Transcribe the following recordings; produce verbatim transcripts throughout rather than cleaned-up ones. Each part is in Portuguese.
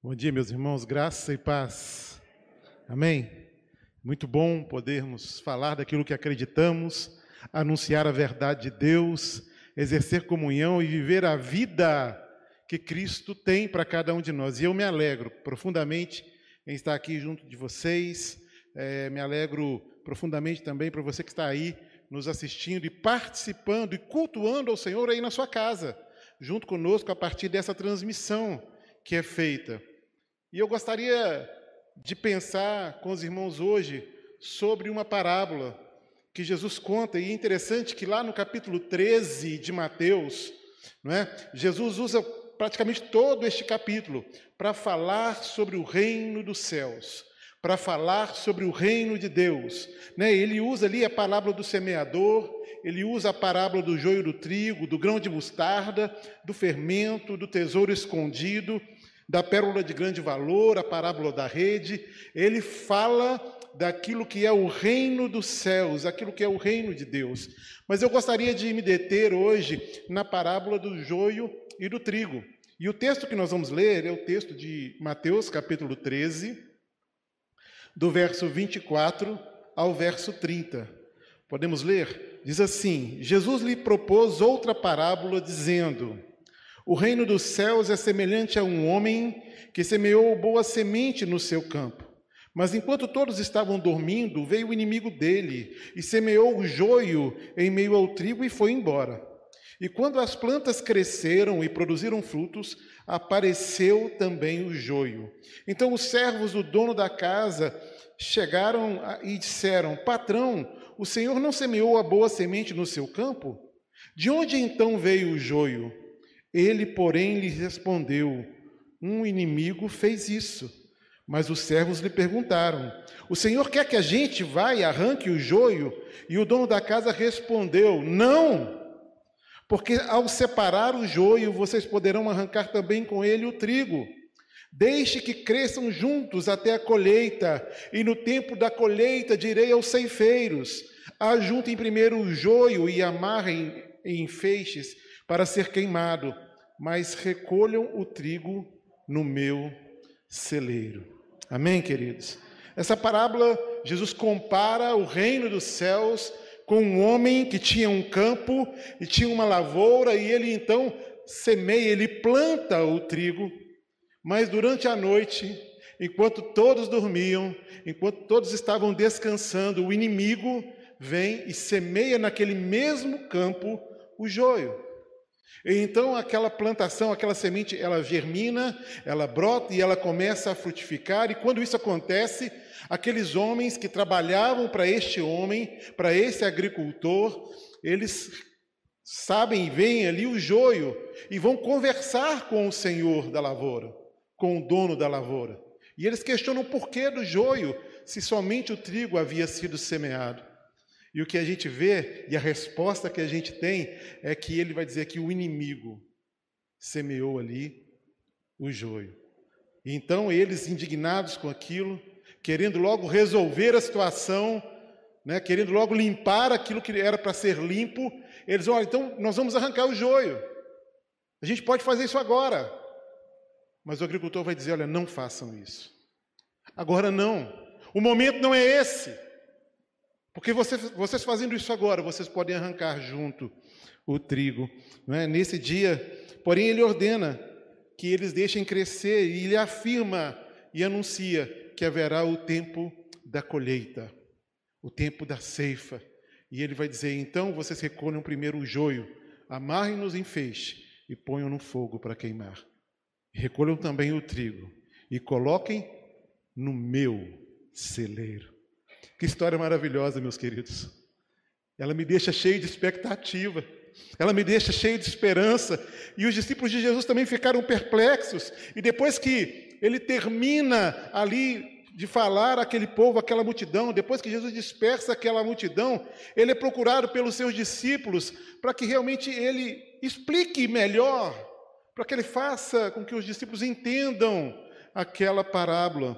Bom dia, meus irmãos, graça e paz. Amém? Muito bom podermos falar daquilo que acreditamos, anunciar a verdade de Deus, exercer comunhão e viver a vida que Cristo tem para cada um de nós. E eu me alegro profundamente em estar aqui junto de vocês, é, me alegro profundamente também para você que está aí nos assistindo e participando e cultuando ao Senhor aí na sua casa, junto conosco a partir dessa transmissão que é feita. E eu gostaria de pensar com os irmãos hoje sobre uma parábola que Jesus conta, e é interessante que lá no capítulo treze de Mateus, não é? Jesus usa praticamente todo este capítulo para falar sobre o reino dos céus, para falar sobre o reino de Deus, né? Ele usa ali a parábola do semeador, ele usa a parábola do joio do trigo, do grão de mostarda, do fermento, do tesouro escondido, da pérola de grande valor, a parábola da rede. Ele fala daquilo que é o reino dos céus, aquilo que é o reino de Deus. Mas eu gostaria de me deter hoje na parábola do joio e do trigo. E o texto que nós vamos ler é o texto de Mateus, capítulo treze, do verso vinte e quatro ao verso trinta. Podemos ler? Diz assim: Jesus lhe propôs outra parábola, dizendo: o reino dos céus é semelhante a um homem que semeou boa semente no seu campo. Mas enquanto todos estavam dormindo, veio o inimigo dele e semeou o joio em meio ao trigo e foi embora. E quando as plantas cresceram e produziram frutos, apareceu também o joio. Então os servos do dono da casa chegaram e disseram: patrão, o senhor não semeou a boa semente no seu campo? De onde então veio o joio? Ele, porém, lhe respondeu: um inimigo fez isso. Mas os servos lhe perguntaram: o senhor quer que a gente vá e arranque o joio? E o dono da casa respondeu: não, porque ao separar o joio, vocês poderão arrancar também com ele o trigo. Deixe que cresçam juntos até a colheita, e no tempo da colheita direi aos ceifeiros: ajuntem primeiro o joio e amarrem em feixes para ser queimado, mas recolham o trigo no meu celeiro. Amém, queridos? Essa parábola, Jesus compara o reino dos céus com um homem que tinha um campo e tinha uma lavoura, e ele então semeia, ele planta o trigo, mas durante a noite, enquanto todos dormiam, enquanto todos estavam descansando, o inimigo vem e semeia naquele mesmo campo o joio. E então aquela plantação, aquela semente, ela germina, ela brota e ela começa a frutificar. E quando isso acontece, aqueles homens que trabalhavam para este homem, para esse agricultor, eles sabem e veem ali o joio e vão conversar com o senhor da lavoura, com o dono da lavoura. E eles questionam o porquê do joio, se somente o trigo havia sido semeado. E o que a gente vê, e a resposta que a gente tem, é que ele vai dizer que o inimigo semeou ali o joio. E então eles, indignados com aquilo, querendo logo resolver a situação, né, querendo logo limpar aquilo que era para ser limpo, eles vão: olha, então nós vamos arrancar o joio. A gente pode fazer isso agora. Mas o agricultor vai dizer: olha, não façam isso. Agora não. O momento não é esse. Porque vocês, vocês fazendo isso agora, vocês podem arrancar junto o trigo. Não é? Nesse dia, porém, ele ordena que eles deixem crescer, e ele afirma e anuncia que haverá o tempo da colheita, o tempo da ceifa. E ele vai dizer: então vocês recolham primeiro o joio, amarrem-nos em feixe e ponham no fogo para queimar. Recolham também o trigo e coloquem no meu celeiro. Que história maravilhosa, meus queridos. Ela me deixa cheio de expectativa, ela me deixa cheio de esperança. E os discípulos de Jesus também ficaram perplexos. E depois que ele termina ali de falar àquele povo, àquela multidão, depois que Jesus dispersa aquela multidão, ele é procurado pelos seus discípulos para que realmente ele explique melhor, para que ele faça com que os discípulos entendam aquela parábola.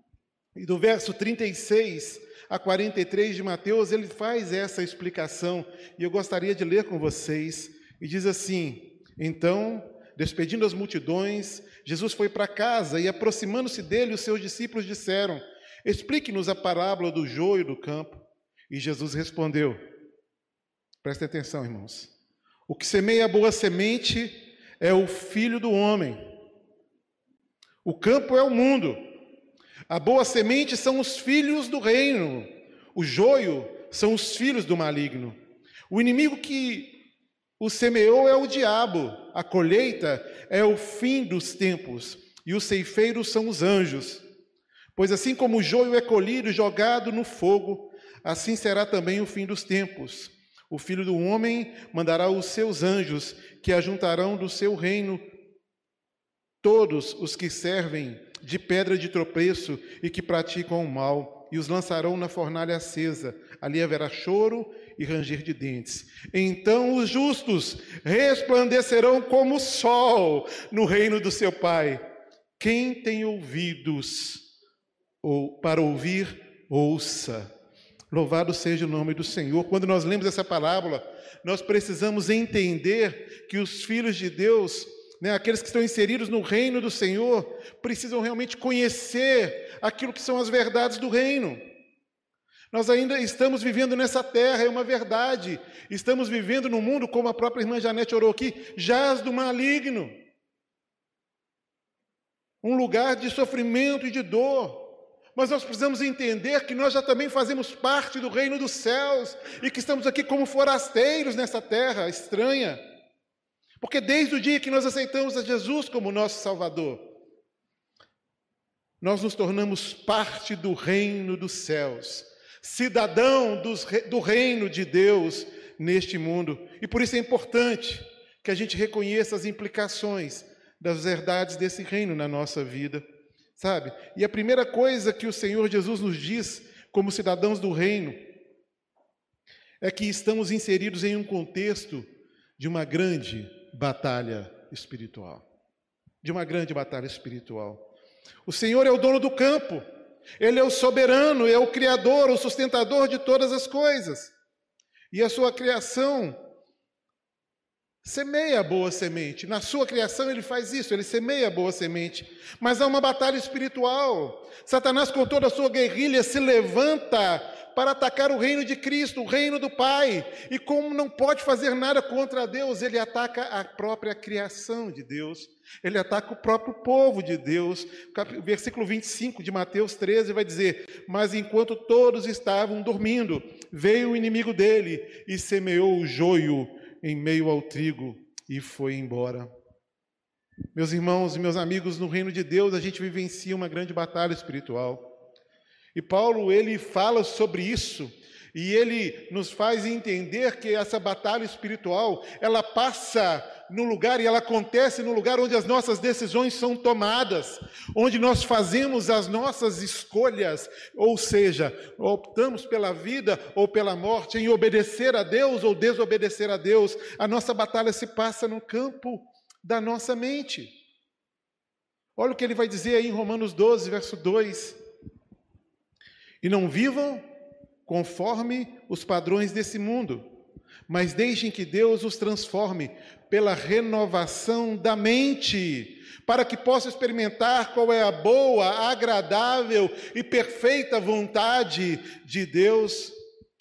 E do verso trinta e seis a quarenta e três de Mateus, ele faz essa explicação, e eu gostaria de ler com vocês, e diz assim: então Despedindo as multidões, Jesus foi para casa e, aproximando-se dele, os seus discípulos disseram: explique-nos a parábola do joio do campo. E Jesus respondeu, prestem atenção, irmãos, o que semeia a boa semente é o Filho do homem. O campo é o mundo. A boa semente são os filhos do reino. O joio são os filhos do maligno. O inimigo que o semeou é o diabo. A colheita é o fim dos tempos. E os ceifeiros são os anjos. Pois assim como o joio é colhido e jogado no fogo, assim será também o fim dos tempos. O Filho do homem mandará os seus anjos, que ajuntarão do seu reino todos os que servem de pedra de tropeço e que praticam o mal, e os lançarão na fornalha acesa. Ali haverá choro e ranger de dentes. Então os justos resplandecerão como o sol no reino do seu Pai. Quem tem ouvidos ou para ouvir, ouça. Louvado seja o nome do Senhor. Quando nós lemos essa parábola, nós precisamos entender que os filhos de Deus, né, aqueles que estão inseridos no reino do Senhor, precisam realmente conhecer aquilo que são as verdades do reino. Nós ainda estamos vivendo nessa terra, é uma verdade. Estamos vivendo num mundo, como a própria irmã Janete orou aqui, jaz do maligno. Um lugar de sofrimento e de dor. Mas nós precisamos entender que nós já também fazemos parte do reino dos céus e que estamos aqui como forasteiros nessa terra estranha. Porque desde o dia que nós aceitamos a Jesus como nosso Salvador, nós nos tornamos parte do reino dos céus, cidadão dos, do reino de Deus neste mundo. E por isso é importante que a gente reconheça as implicações das verdades desse reino na nossa vida. Sabe? E a primeira coisa que o Senhor Jesus nos diz, como cidadãos do reino, é que estamos inseridos em um contexto de uma grande batalha espiritual. De uma grande batalha espiritual. O Senhor é o dono do campo, Ele é o soberano, é o Criador, o sustentador de todas as coisas. E a sua criação semeia a boa semente. Na sua criação ele faz isso, ele semeia a boa semente. Mas há uma batalha espiritual. Satanás, com toda a sua guerrilha, se levanta para atacar o reino de Cristo, o reino do Pai. E como não pode fazer nada contra Deus, ele ataca a própria criação de Deus. Ele ataca o próprio povo de Deus. O versículo vinte e cinco de Mateus treze vai dizer: mas enquanto todos estavam dormindo, veio o inimigo dele e semeou o joio em meio ao trigo e foi embora. Meus irmãos e meus amigos, no reino de Deus a gente vivencia uma grande batalha espiritual. E Paulo, ele fala sobre isso, e ele nos faz entender que essa batalha espiritual, ela passa no lugar, e ela acontece no lugar onde as nossas decisões são tomadas, onde nós fazemos as nossas escolhas, ou seja, optamos pela vida ou pela morte, em obedecer a Deus ou desobedecer a Deus. A nossa batalha se passa no campo da nossa mente. Olha o que ele vai dizer aí em Romanos doze, verso dois. E não vivam conforme os padrões desse mundo, mas deixem que Deus os transforme pela renovação da mente, para que possam experimentar qual é a boa, agradável e perfeita vontade de Deus.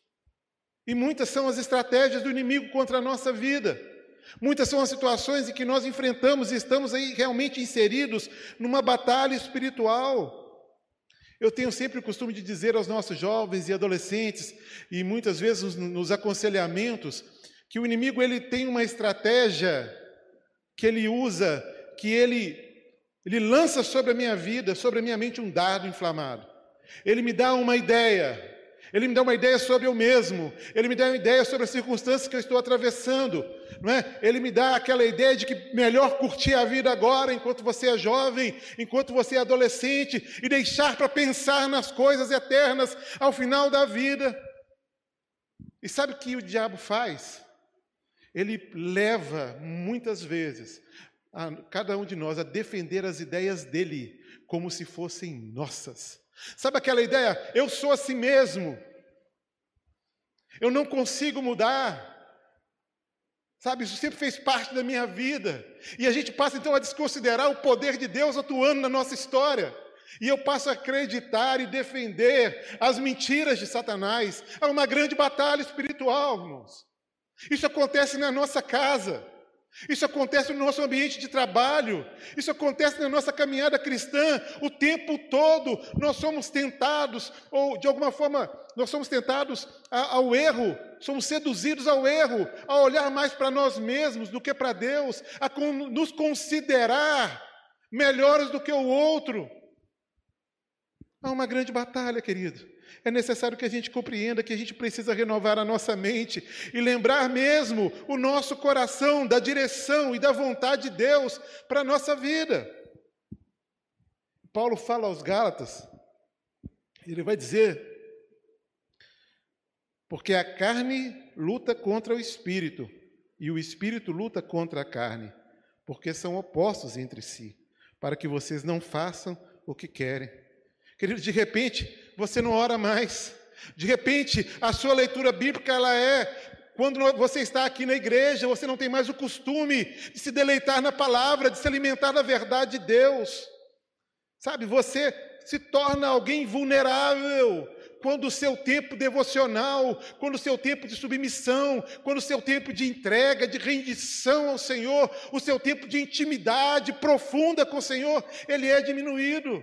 E muitas são as estratégias do inimigo contra a nossa vida. Muitas são as situações em que nós enfrentamos e estamos aí realmente inseridos numa batalha espiritual. Eu tenho sempre o costume de dizer aos nossos jovens e adolescentes, e muitas vezes nos aconselhamentos, que o inimigo ele tem uma estratégia que ele usa, que ele, ele lança sobre a minha vida, sobre a minha mente um dardo inflamado. Ele me dá uma ideia, ele me dá uma ideia sobre eu mesmo, ele me dá uma ideia sobre as circunstâncias que eu estou atravessando, não é? Ele me dá aquela ideia de que melhor curtir a vida agora, enquanto você é jovem, enquanto você é adolescente, e deixar para pensar nas coisas eternas ao final da vida. E sabe o que o diabo faz? Ele leva, muitas vezes, a cada um de nós a defender as ideias dele como se fossem nossas. Sabe aquela ideia? Eu sou assim mesmo. Eu não consigo mudar. Sabe, isso sempre fez parte da minha vida. E a gente passa então a desconsiderar o poder de Deus atuando na nossa história. E eu passo a acreditar e defender as mentiras de Satanás. É uma grande batalha espiritual, irmãos. Isso acontece na nossa casa. Isso acontece no nosso ambiente de trabalho. Isso acontece na nossa caminhada cristã. O tempo todo nós somos tentados, ou de alguma forma nós somos tentados ao erro, somos seduzidos ao erro, a olhar mais para nós mesmos do que para Deus, a nos considerar melhores do que o outro. Há uma grande batalha, querido. É necessário que a gente compreenda que a gente precisa renovar a nossa mente e lembrar mesmo o nosso coração da direção e da vontade de Deus para a nossa vida. Paulo fala aos Gálatas, ele vai dizer, porque a carne luta contra o espírito e o espírito luta contra a carne, porque são opostos entre si, para que vocês não façam o que querem. Querido, de repente, você não ora mais. De repente, a sua leitura bíblica, ela é, quando você está aqui na igreja, você não tem mais o costume de se deleitar na palavra, de se alimentar da verdade de Deus. Sabe, você se torna alguém vulnerável quando o seu tempo devocional, quando o seu tempo de submissão, quando o seu tempo de entrega, de rendição ao Senhor, o seu tempo de intimidade profunda com o Senhor, ele é diminuído.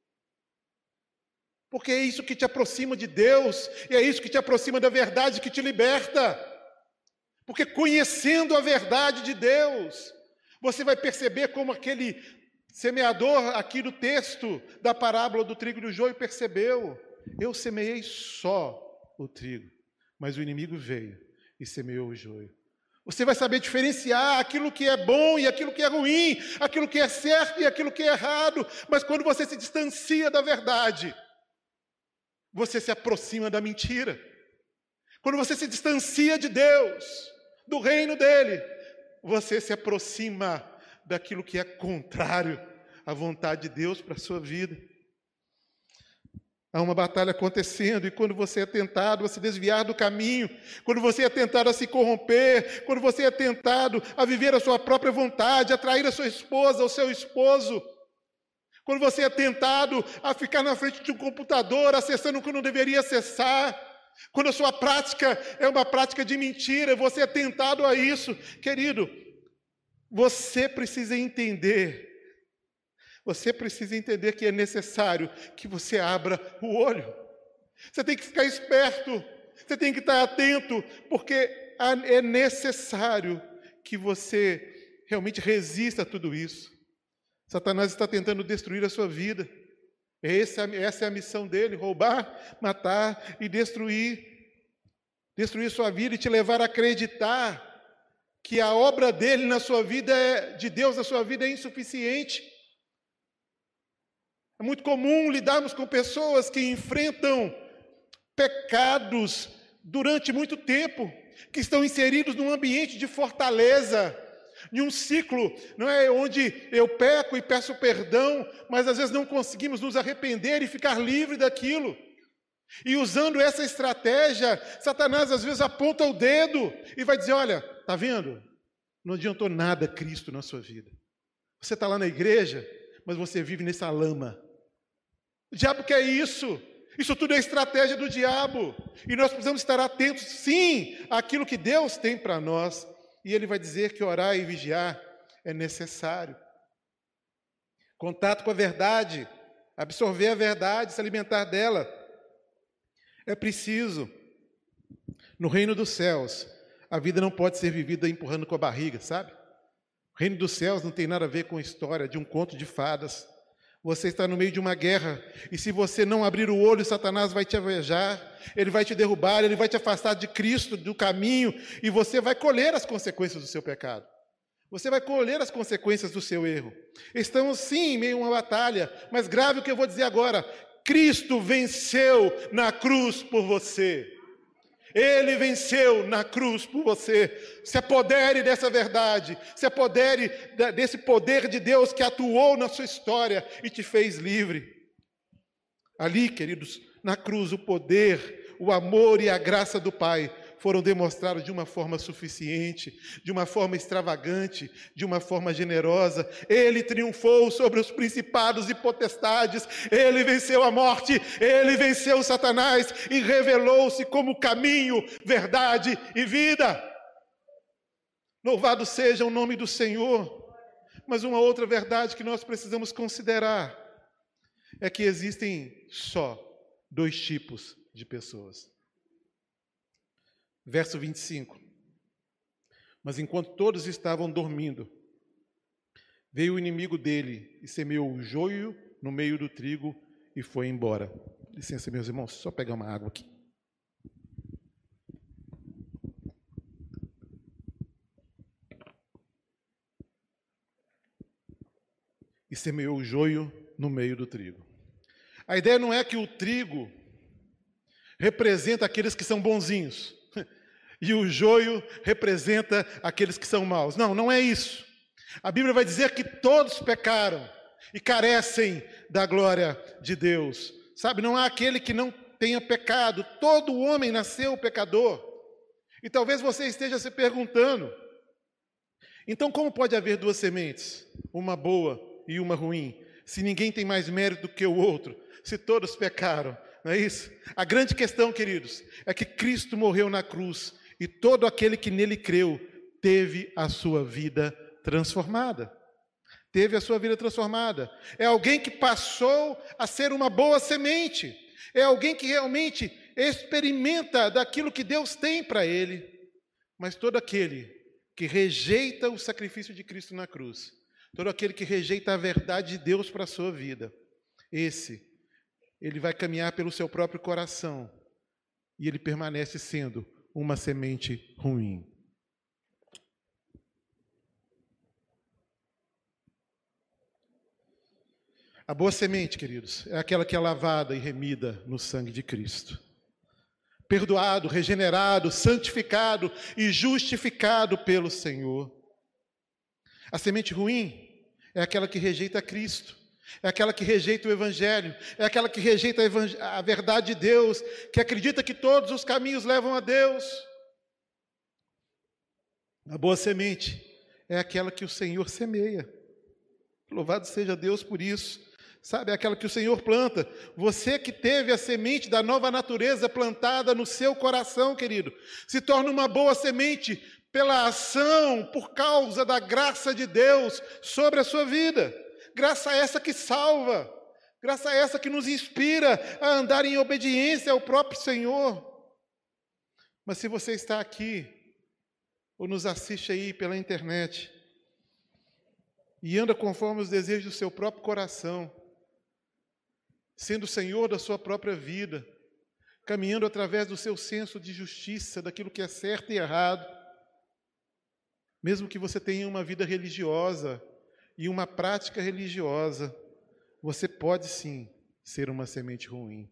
Porque é isso que te aproxima de Deus, e é isso que te aproxima da verdade que te liberta. Porque conhecendo a verdade de Deus, você vai perceber como aquele semeador aqui do texto da parábola do trigo e do joio percebeu. Eu semeei só o trigo, mas o inimigo veio e semeou o joio. Você vai saber diferenciar aquilo que é bom e aquilo que é ruim, aquilo que é certo e aquilo que é errado, mas quando você se distancia da verdade, você se aproxima da mentira. Quando você se distancia de Deus, do reino dele, você se aproxima daquilo que é contrário à vontade de Deus para a sua vida. Há uma batalha acontecendo, e quando você é tentado a se desviar do caminho, quando você é tentado a se corromper, quando você é tentado a viver a sua própria vontade, a trair a sua esposa, o seu esposo, quando você é tentado a ficar na frente de um computador, acessando o que não deveria acessar, quando a sua prática é uma prática de mentira, você é tentado a isso, querido, você precisa entender, você precisa entender que é necessário que você abra o olho. Você tem que ficar esperto, você tem que estar atento, porque é necessário que você realmente resista a tudo isso. Satanás está tentando destruir a sua vida. Essa, essa é a missão dele, roubar, matar e destruir. Destruir sua vida e te levar a acreditar que a obra dele na sua vida, é, de Deus na sua vida, é insuficiente. É muito comum lidarmos com pessoas que enfrentam pecados durante muito tempo, que estão inseridos num ambiente de fortaleza, de um ciclo, não é, onde eu peco e peço perdão, mas às vezes não conseguimos nos arrepender e ficar livre daquilo. E usando essa estratégia, Satanás às vezes aponta o dedo e vai dizer, olha, tá vendo? Não adiantou nada Cristo na sua vida. Você está lá na igreja, mas você vive nessa lama. O diabo quer isso. Isso tudo é estratégia do diabo. E nós precisamos estar atentos, sim, àquilo que Deus tem para nós. E ele vai dizer que orar e vigiar é necessário. Contato com a verdade, absorver a verdade, se alimentar dela. É preciso. No reino dos céus, a vida não pode ser vivida empurrando com a barriga, sabe? O reino dos céus não tem nada a ver com a história de um conto de fadas. Você está no meio de uma guerra, e se você não abrir o olho, Satanás vai te alvejar, ele vai te derrubar, ele vai te afastar de Cristo, do caminho, e você vai colher as consequências do seu pecado. Você vai colher as consequências do seu erro. Estamos sim em meio a uma batalha, mas grave o que eu vou dizer agora. Cristo venceu na cruz por você. Ele venceu na cruz por você. Se apodere dessa verdade, se apodere desse poder de Deus que atuou na sua história e te fez livre. Ali, queridos, na cruz, o poder, o amor e a graça do Pai foram demonstrados de uma forma suficiente, de uma forma extravagante, de uma forma generosa. Ele triunfou sobre os principados e potestades, ele venceu a morte, ele venceu Satanás e revelou-se como caminho, verdade e vida. Louvado seja o nome do Senhor. Mas uma outra verdade que nós precisamos considerar é que existem só dois tipos de pessoas. Verso vinte e cinco. Mas enquanto todos estavam dormindo, veio o inimigo dele e semeou o joio no meio do trigo e foi embora. Licença, meus irmãos, só pegar uma água aqui. E semeou o joio no meio do trigo. A ideia não é que o trigo representa aqueles que são bonzinhos e o joio representa aqueles que são maus. Não, não é isso. A Bíblia vai dizer que todos pecaram e carecem da glória de Deus. Sabe, não há aquele que não tenha pecado. Todo homem nasceu pecador. E talvez você esteja se perguntando, então como pode haver duas sementes? Uma boa e uma ruim, se ninguém tem mais mérito do que o outro, se todos pecaram, não é isso? A grande questão, queridos, é que Cristo morreu na cruz e todo aquele que nele creu teve a sua vida transformada. Teve a sua vida transformada. É alguém que passou a ser uma boa semente. É alguém que realmente experimenta daquilo que Deus tem para ele. Mas todo aquele que rejeita o sacrifício de Cristo na cruz, todo aquele que rejeita a verdade de Deus para a sua vida, esse, ele vai caminhar pelo seu próprio coração e ele permanece sendo uma semente ruim. A boa semente, queridos, é aquela que é lavada e remida no sangue de Cristo. Perdoado, regenerado, santificado e justificado pelo Senhor. A semente ruim é aquela que rejeita Cristo, é aquela que rejeita o Evangelho, é aquela que rejeita a, evang... a verdade de Deus, que acredita que todos os caminhos levam a Deus. A boa semente é aquela que o Senhor semeia. Louvado seja Deus por isso. Sabe, é aquela que o Senhor planta. Você que teve a semente da nova natureza plantada no seu coração, querido, se torna uma boa semente pela ação, por causa da graça de Deus sobre a sua vida. Graça essa que salva, graça essa que nos inspira a andar em obediência ao próprio Senhor. Mas se você está aqui, ou nos assiste aí pela internet, e anda conforme os desejos do seu próprio coração, sendo o Senhor da sua própria vida, caminhando através do seu senso de justiça, daquilo que é certo e errado, mesmo que você tenha uma vida religiosa e uma prática religiosa, você pode sim ser uma semente ruim.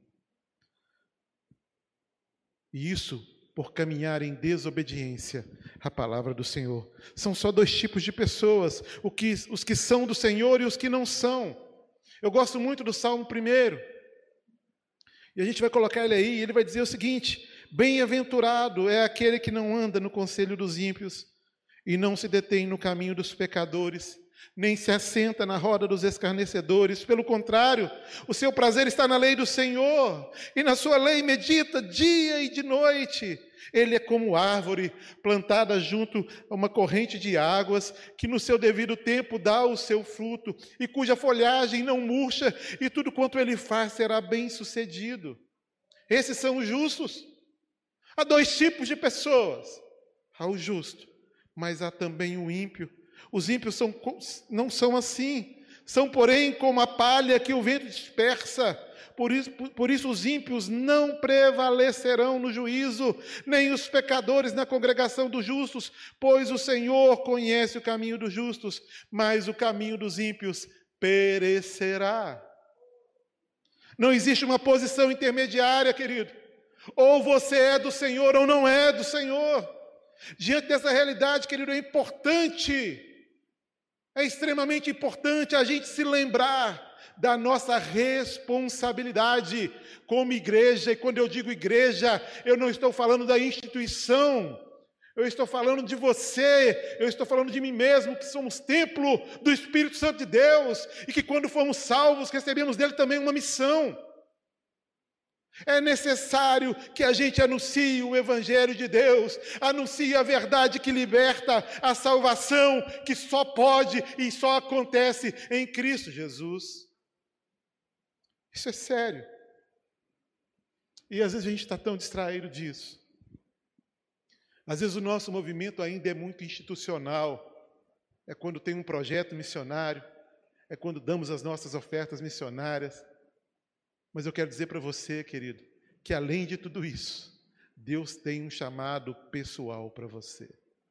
E isso por caminhar em desobediência à palavra do Senhor. São só dois tipos de pessoas, o que, os que são do Senhor e os que não são. Eu gosto muito do Salmo primeiro, e a gente vai colocar ele aí, e ele vai dizer o seguinte: bem-aventurado é aquele que não anda no conselho dos ímpios, e não se detém no caminho dos pecadores, nem se assenta na roda dos escarnecedores. Pelo contrário, o seu prazer está na lei do Senhor, e na sua lei medita dia e de noite. Ele é como árvore plantada junto a uma corrente de águas, que no seu devido tempo dá o seu fruto, e cuja folhagem não murcha, e tudo quanto ele faz será bem sucedido. Esses são os justos. Há dois tipos de pessoas. Há o justo, mas há também o ímpio. Os ímpios são, não são assim. São, porém, como a palha que o vento dispersa. Por isso, por, por isso os ímpios não prevalecerão no juízo, nem os pecadores na congregação dos justos, pois o Senhor conhece o caminho dos justos, mas o caminho dos ímpios perecerá. Não existe uma posição intermediária, querido. Ou você é do Senhor ou não é do Senhor. Diante dessa realidade, querido, é importante, é extremamente importante a gente se lembrar da nossa responsabilidade como igreja. E quando eu digo igreja, eu não estou falando da instituição, eu estou falando de você, eu estou falando de mim mesmo, que somos templo do Espírito Santo de Deus, e que quando fomos salvos, recebemos dele também uma missão. É necessário que a gente anuncie o Evangelho de Deus, anuncie a verdade que liberta, a salvação que só pode e só acontece em Cristo Jesus. Isso é sério. E às vezes a gente está tão distraído disso. Às vezes o nosso movimento ainda é muito institucional. É quando tem um projeto missionário, é quando damos as nossas ofertas missionárias. Mas eu quero dizer para você, querido, que além de tudo isso, Deus tem um chamado pessoal para você,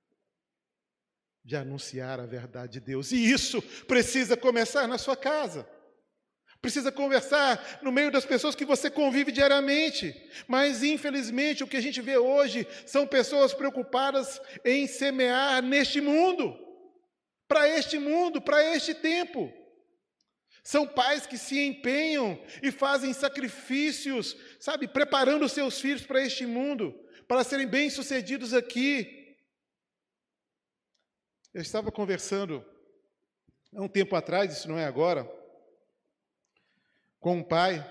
de anunciar a verdade de Deus. E isso precisa começar na sua casa. Precisa conversar no meio das pessoas que você convive diariamente. Mas, infelizmente, o que a gente vê hoje são pessoas preocupadas em semear neste mundo, para este mundo, para este tempo. São pais que se empenham e fazem sacrifícios, sabe, preparando os seus filhos para este mundo, para serem bem-sucedidos aqui. Eu estava conversando há um tempo atrás, isso não é agora, com um pai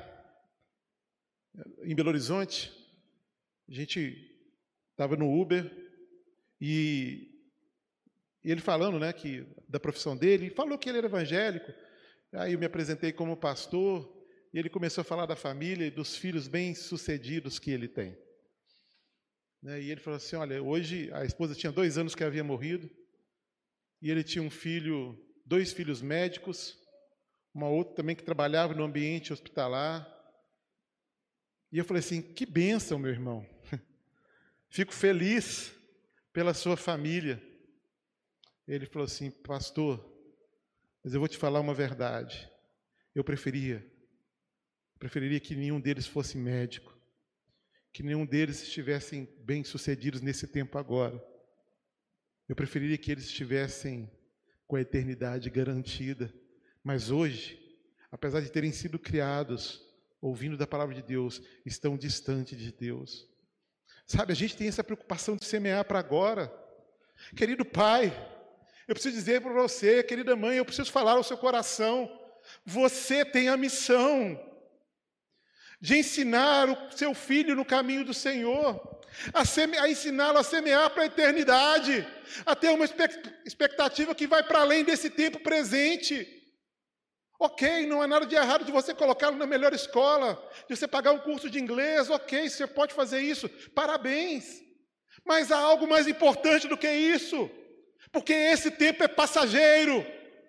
em Belo Horizonte. A gente estava no Uber e, e ele falando, né, que, da profissão dele, falou que ele era evangélico. Aí eu me apresentei como pastor e ele começou a falar da família e dos filhos bem-sucedidos que ele tem. E ele falou assim, olha, hoje a esposa tinha dois anos que havia morrido e ele tinha um filho, dois filhos médicos, uma outra também que trabalhava no ambiente hospitalar. E eu falei assim, que bênção, meu irmão. Fico feliz pela sua família. Ele falou assim, pastor, mas eu vou te falar uma verdade. Eu preferia, preferiria que nenhum deles fosse médico, que nenhum deles estivessem bem-sucedidos nesse tempo agora. Eu preferiria que eles estivessem com a eternidade garantida. Mas hoje, apesar de terem sido criados, ouvindo da palavra de Deus, estão distantes de Deus. Sabe, a gente tem essa preocupação de semear para agora. Querido pai, eu preciso dizer para você, querida mãe, eu preciso falar ao seu coração, você tem a missão de ensinar o seu filho no caminho do Senhor, a, seme, a ensiná-lo a semear para a eternidade, a ter uma expectativa que vai para além desse tempo presente. Ok, não há nada de errado de você colocá-lo na melhor escola, de você pagar um curso de inglês, ok, você pode fazer isso, parabéns. Mas há algo mais importante do que isso. Porque esse tempo é passageiro.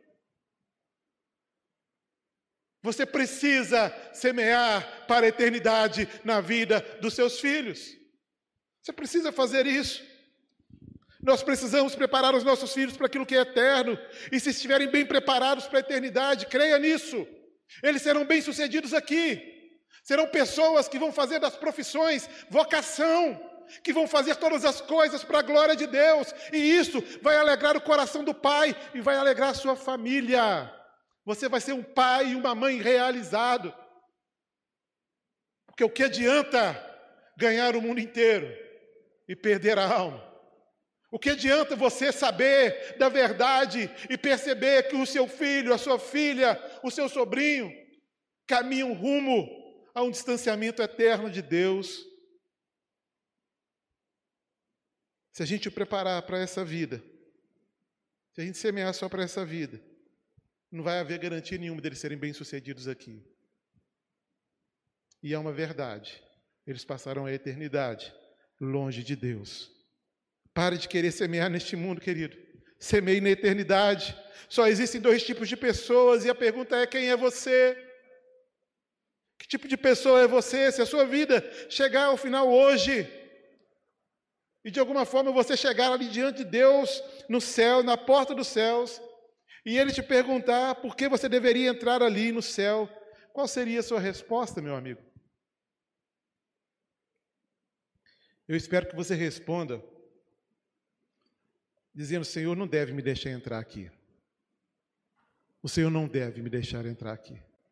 Você precisa semear para a eternidade na vida dos seus filhos. Você precisa fazer isso. Nós precisamos preparar os nossos filhos para aquilo que é eterno. E se estiverem bem preparados para a eternidade, creia nisso. Eles serão bem-sucedidos aqui. Serão pessoas que vão fazer das profissões vocação, que vão fazer todas as coisas para a glória de Deus, e isso vai alegrar o coração do pai e vai alegrar a sua família. Você vai ser um pai e uma mãe realizado. Porque o que adianta ganhar o mundo inteiro e perder a alma? O que adianta você saber da verdade e perceber que o seu filho, a sua filha, o seu sobrinho caminham rumo a um distanciamento eterno de Deus? Se a gente o preparar para essa vida, se a gente semear só para essa vida, não vai haver garantia nenhuma deles serem bem-sucedidos aqui. E é uma verdade, eles passarão a eternidade longe de Deus. Pare de querer semear neste mundo, querido. Semeie na eternidade. Só existem dois tipos de pessoas e a pergunta é: quem é você? Que tipo de pessoa é você? Se a sua vida chegar ao final hoje, e de alguma forma você chegar ali diante de Deus, no céu, na porta dos céus, e Ele te perguntar por que você deveria entrar ali no céu, qual seria a sua resposta, meu amigo? Eu espero que você responda dizendo: o Senhor não deve me deixar entrar aqui. O Senhor não deve me deixar entrar aqui.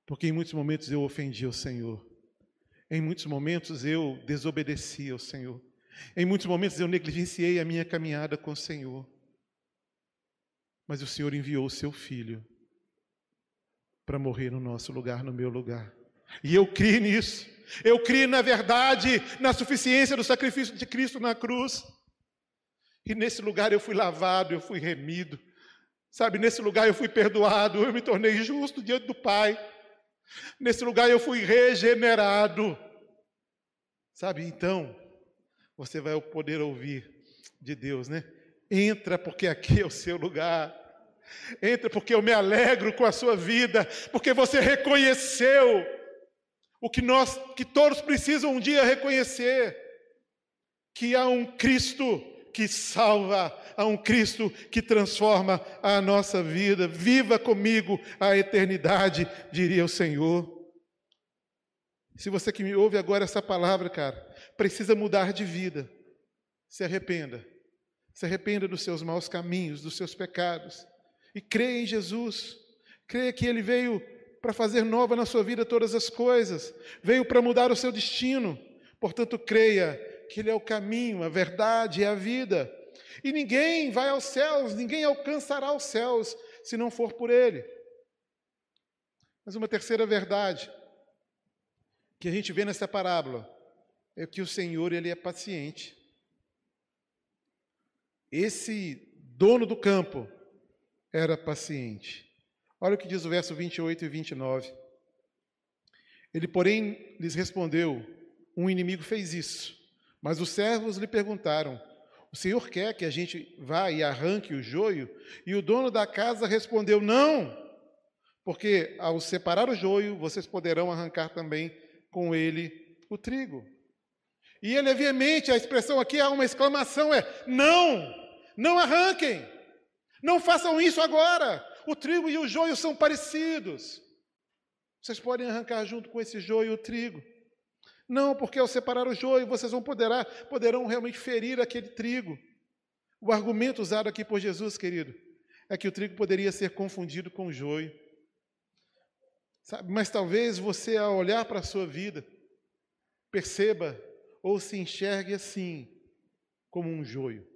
Porque em muitos momentos eu ofendi o Senhor. Em muitos momentos eu desobedeci ao Senhor. Em muitos momentos eu negligenciei a minha caminhada com o Senhor. Mas o Senhor enviou o seu Filho para morrer no nosso lugar, no meu lugar. E eu criei nisso. Eu criei na verdade, na suficiência do sacrifício de Cristo na cruz. E nesse lugar eu fui lavado, eu fui remido. Sabe, nesse lugar eu fui perdoado, eu me tornei justo diante do Pai. Nesse lugar eu fui regenerado. Sabe, então, você vai poder ouvir de Deus, né? Entra porque aqui é o seu lugar. Entra porque eu me alegro com a sua vida, porque você reconheceu o que nós, que todos precisam um dia reconhecer, que há um Cristo que salva, há um Cristo que transforma a nossa vida. Viva comigo a eternidade, diria o Senhor. Se você que me ouve agora essa palavra, cara, precisa mudar de vida, se arrependa. Se arrependa dos seus maus caminhos, dos seus pecados. E creia em Jesus. Creia que Ele veio para fazer nova na sua vida todas as coisas. Veio para mudar o seu destino. Portanto, creia que Ele é o caminho, a verdade e a vida. E ninguém vai aos céus, ninguém alcançará os céus, se não for por Ele. Mas uma terceira verdade que a gente vê nessa parábola é que o Senhor, Ele é paciente. Esse dono do campo era paciente. Olha o que diz o verso vinte e oito e vinte e nove. Ele, porém, lhes respondeu: um inimigo fez isso. Mas os servos lhe perguntaram: o Senhor quer que a gente vá e arranque o joio? E o dono da casa respondeu: não, porque ao separar o joio, vocês poderão arrancar também com ele o trigo. E ele é veemente, a expressão aqui é uma exclamação, é: não! Não arranquem, não façam isso agora. O trigo e o joio são parecidos. Vocês podem arrancar junto com esse joio o trigo. Não, porque ao separar o joio, vocês vão poderá, poderão realmente ferir aquele trigo. O argumento usado aqui por Jesus, querido, é que o trigo poderia ser confundido com o joio. Sabe? Mas talvez você, ao olhar para a sua vida, perceba ou se enxergue assim, como um joio.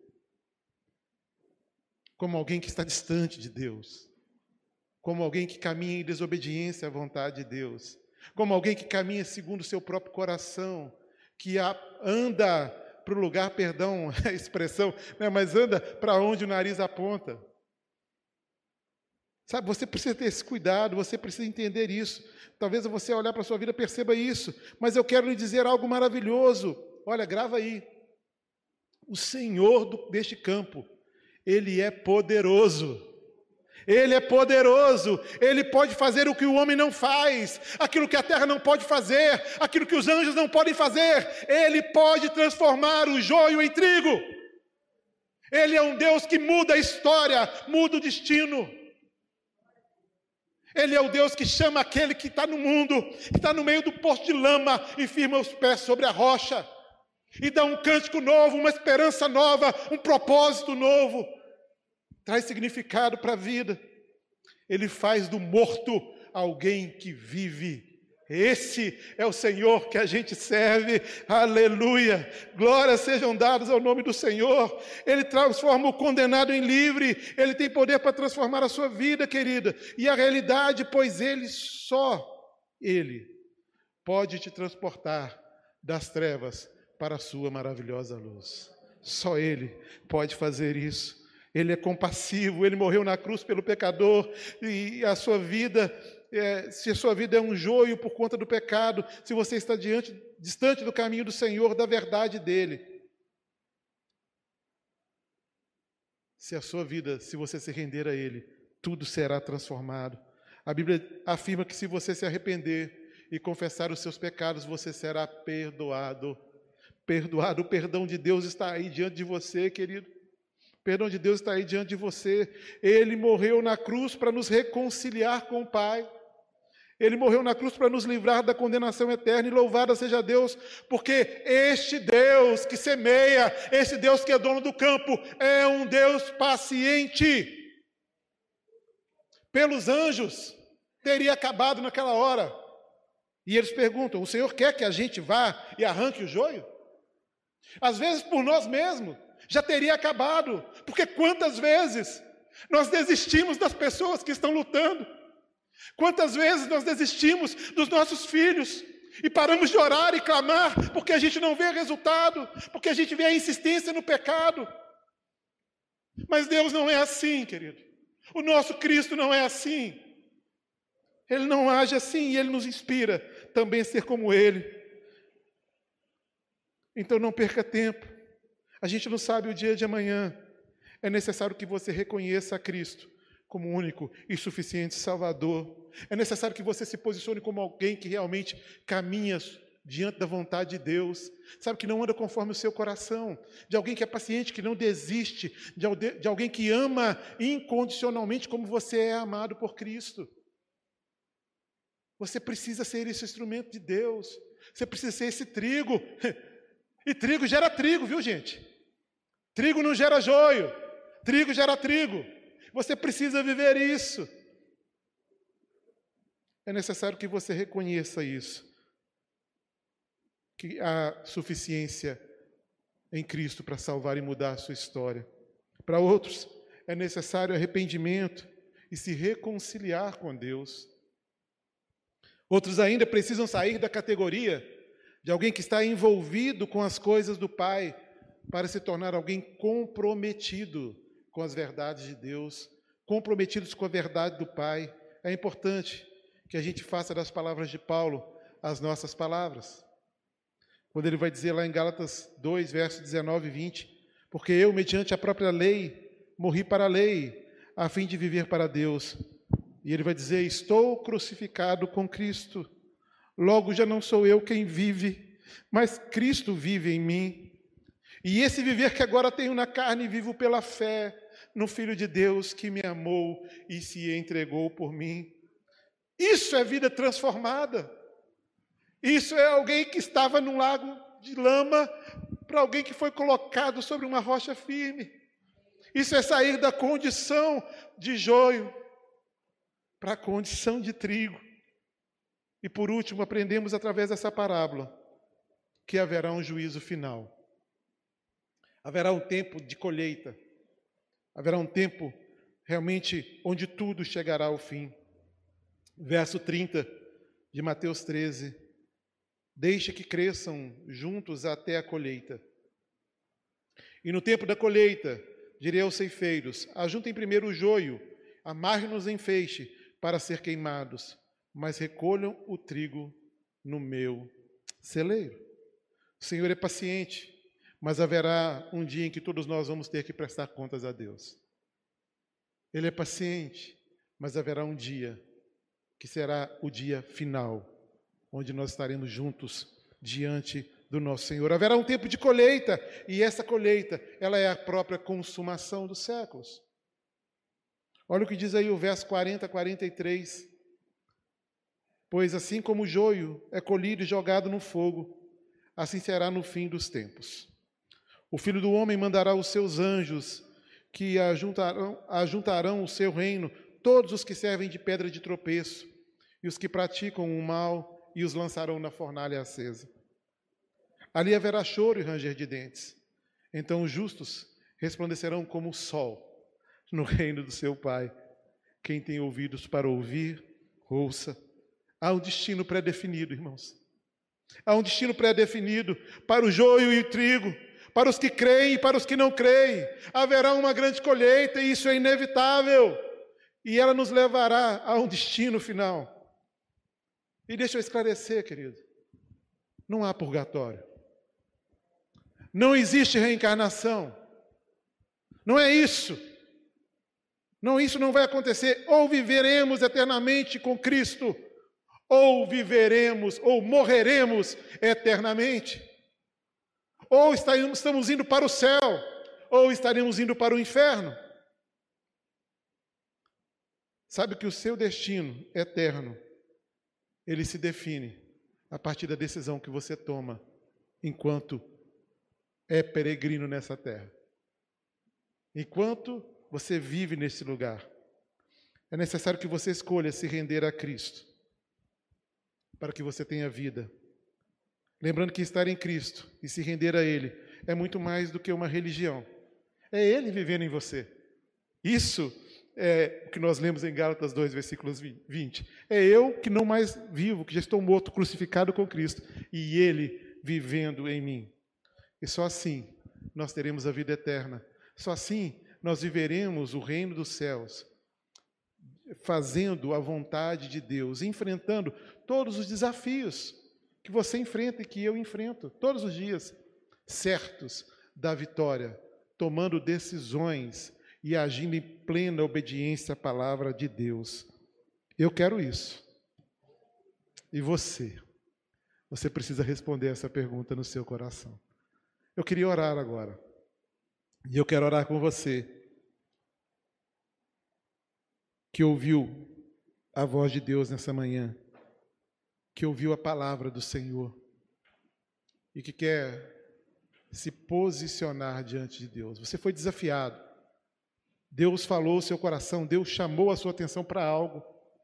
Como alguém que está distante de Deus, como alguém que caminha em desobediência à vontade de Deus, como alguém que caminha segundo o seu próprio coração, que anda para o lugar, perdão a expressão, né, mas anda para onde o nariz aponta. Sabe, você precisa ter esse cuidado, você precisa entender isso. Talvez você olhar para a sua vida perceba isso, mas eu quero lhe dizer algo maravilhoso. Olha, grava aí. O Senhor do, deste campo, Ele é poderoso. Ele é poderoso. Ele pode fazer o que o homem não faz, aquilo que a terra não pode fazer, aquilo que os anjos não podem fazer. Ele pode transformar o joio em trigo. Ele é um Deus que muda a história, muda o destino. Ele é o Deus que chama aquele que está no mundo, que está no meio do poço de lama e firma os pés sobre a rocha. E dá um cântico novo, uma esperança nova, um propósito novo. Traz significado para a vida. Ele faz do morto alguém que vive. Esse é o Senhor que a gente serve. Aleluia! Glórias sejam dadas ao nome do Senhor. Ele transforma o condenado em livre. Ele tem poder para transformar a sua vida, querida. E a realidade, pois Ele, só Ele, pode te transportar das trevas para a sua maravilhosa luz. Só Ele pode fazer isso. Ele é compassivo, Ele morreu na cruz pelo pecador, e a sua vida, é, se a sua vida é um joio por conta do pecado, se você está diante, distante do caminho do Senhor, da verdade dEle, se a sua vida, se você se render a Ele, tudo será transformado. A Bíblia afirma que se você se arrepender e confessar os seus pecados, você será perdoado. Perdoado, o perdão de Deus está aí diante de você, querido. O perdão de Deus está aí diante de você. Ele morreu na cruz para nos reconciliar com o Pai. Ele morreu na cruz para nos livrar da condenação eterna, e louvado seja Deus, porque este Deus que semeia, este Deus que é dono do campo, é um Deus paciente. Pelos anjos, teria acabado naquela hora. E eles perguntam, o Senhor quer que a gente vá e arranque o joio? Às vezes por nós mesmos, já teria acabado, porque quantas vezes nós desistimos das pessoas que estão lutando, quantas vezes nós desistimos dos nossos filhos, e paramos de orar e clamar, porque a gente não vê resultado, porque a gente vê a insistência no pecado. Mas Deus não é assim, querido. O nosso Cristo não é assim. Ele não age assim e Ele nos inspira também a ser como Ele. Então não perca tempo. A gente não sabe o dia de amanhã. É necessário que você reconheça a Cristo como único e suficiente Salvador. É necessário que você se posicione como alguém que realmente caminha diante da vontade de Deus, sabe, que não anda conforme o seu coração, de alguém que é paciente, que não desiste, de, de alguém que ama incondicionalmente como você é amado por Cristo. Você precisa ser esse instrumento de Deus, você precisa ser esse trigo, e trigo gera trigo, viu, gente? Trigo não gera joio, trigo gera trigo, você precisa viver isso. É necessário que você reconheça isso, que há suficiência em Cristo para salvar e mudar a sua história. Para outros, é necessário arrependimento e se reconciliar com Deus. Outros ainda precisam sair da categoria de alguém que está envolvido com as coisas do Pai para se tornar alguém comprometido com as verdades de Deus, comprometidos com a verdade do Pai. É importante que a gente faça das palavras de Paulo as nossas palavras. Quando ele vai dizer lá em Gálatas dois, versos dezenove e vinte, porque eu, mediante a própria lei, morri para a lei, a fim de viver para Deus. E ele vai dizer, estou crucificado com Cristo, logo já não sou eu quem vive, mas Cristo vive em mim. E esse viver que agora tenho na carne, vivo pela fé no Filho de Deus que me amou e se entregou por mim. Isso é vida transformada. Isso é alguém que estava num lago de lama para alguém que foi colocado sobre uma rocha firme. Isso é sair da condição de joio para a condição de trigo. E por último, aprendemos através dessa parábola que haverá um juízo final. Haverá um tempo de colheita. Haverá um tempo realmente onde tudo chegará ao fim. Verso trinta de Mateus treze. Deixa que cresçam juntos até a colheita. E no tempo da colheita, direi aos ceifeiros, ajuntem primeiro o joio, amarrem-nos em feixe para ser queimados, mas recolham o trigo no meu celeiro. O Senhor é paciente, mas haverá um dia em que todos nós vamos ter que prestar contas a Deus. Ele é paciente, mas haverá um dia que será o dia final, onde nós estaremos juntos diante do nosso Senhor. Haverá um tempo de colheita, e essa colheita, ela é a própria consumação dos séculos. Olha o que diz aí o verso quarenta, quarenta e três. Pois assim como o joio é colhido e jogado no fogo, assim será no fim dos tempos. O Filho do Homem mandará os seus anjos, que ajuntarão, ajuntarão o seu reino, todos os que servem de pedra de tropeço, e os que praticam o mal, e os lançarão na fornalha acesa. Ali haverá choro e ranger de dentes. Então os justos resplandecerão como o sol no reino do seu Pai. Quem tem ouvidos para ouvir, ouça. Há um destino pré-definido, irmãos. Há um destino pré-definido para o joio e o trigo, para os que creem e para os que não creem. Haverá uma grande colheita e isso é inevitável. E ela nos levará a um destino final. E deixa eu esclarecer, querido, não há purgatório. Não existe reencarnação. Não é isso. Não, isso não vai acontecer. Ou viveremos eternamente com Cristo, ou viveremos, ou morreremos eternamente. Ou estaremos, estamos indo para o céu, ou estaremos indo para o inferno. Sabe que o seu destino eterno, ele se define a partir da decisão que você toma enquanto é peregrino nessa terra. Enquanto você vive nesse lugar. É necessário que você escolha se render a Cristo, para que você tenha vida. Lembrando que estar em Cristo e se render a Ele é muito mais do que uma religião. É Ele vivendo em você. Isso é o que nós lemos em Gálatas dois, versículos vinte. É eu que não mais vivo, que já estou morto, crucificado com Cristo, e Ele vivendo em mim. E só assim nós teremos a vida eterna. Só assim nós viveremos o reino dos céus, fazendo a vontade de Deus, enfrentando todos os desafios que você enfrenta e que eu enfrento todos os dias, certos da vitória, tomando decisões e agindo em plena obediência à palavra de Deus. Eu quero isso. E você? Você precisa responder essa pergunta no seu coração. Eu queria orar agora. E eu quero orar com você, que ouviu a voz de Deus nessa manhã, que ouviu a palavra do Senhor e que quer se posicionar diante de Deus. Você foi desafiado. Deus falou ao seu coração, Deus chamou a sua atenção para algo.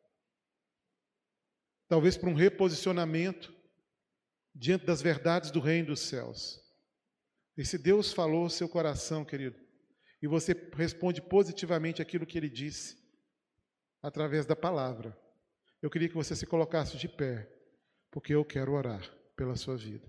Talvez para um reposicionamento diante das verdades do reino dos céus. E se Deus falou ao seu coração, querido, e você responde positivamente aquilo que Ele disse, através da palavra, eu queria que você se colocasse de pé, porque eu quero orar pela sua vida.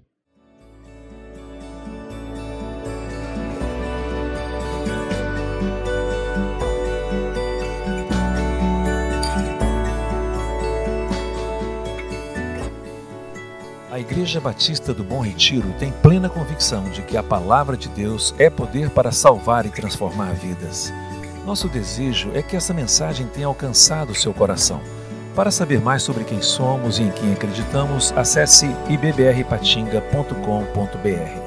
A Igreja Batista do Bom Retiro tem plena convicção de que a palavra de Deus é poder para salvar e transformar vidas. Nosso desejo é que essa mensagem tenha alcançado o seu coração. Para saber mais sobre quem somos e em quem acreditamos, acesse i b b r patinga ponto com ponto b r.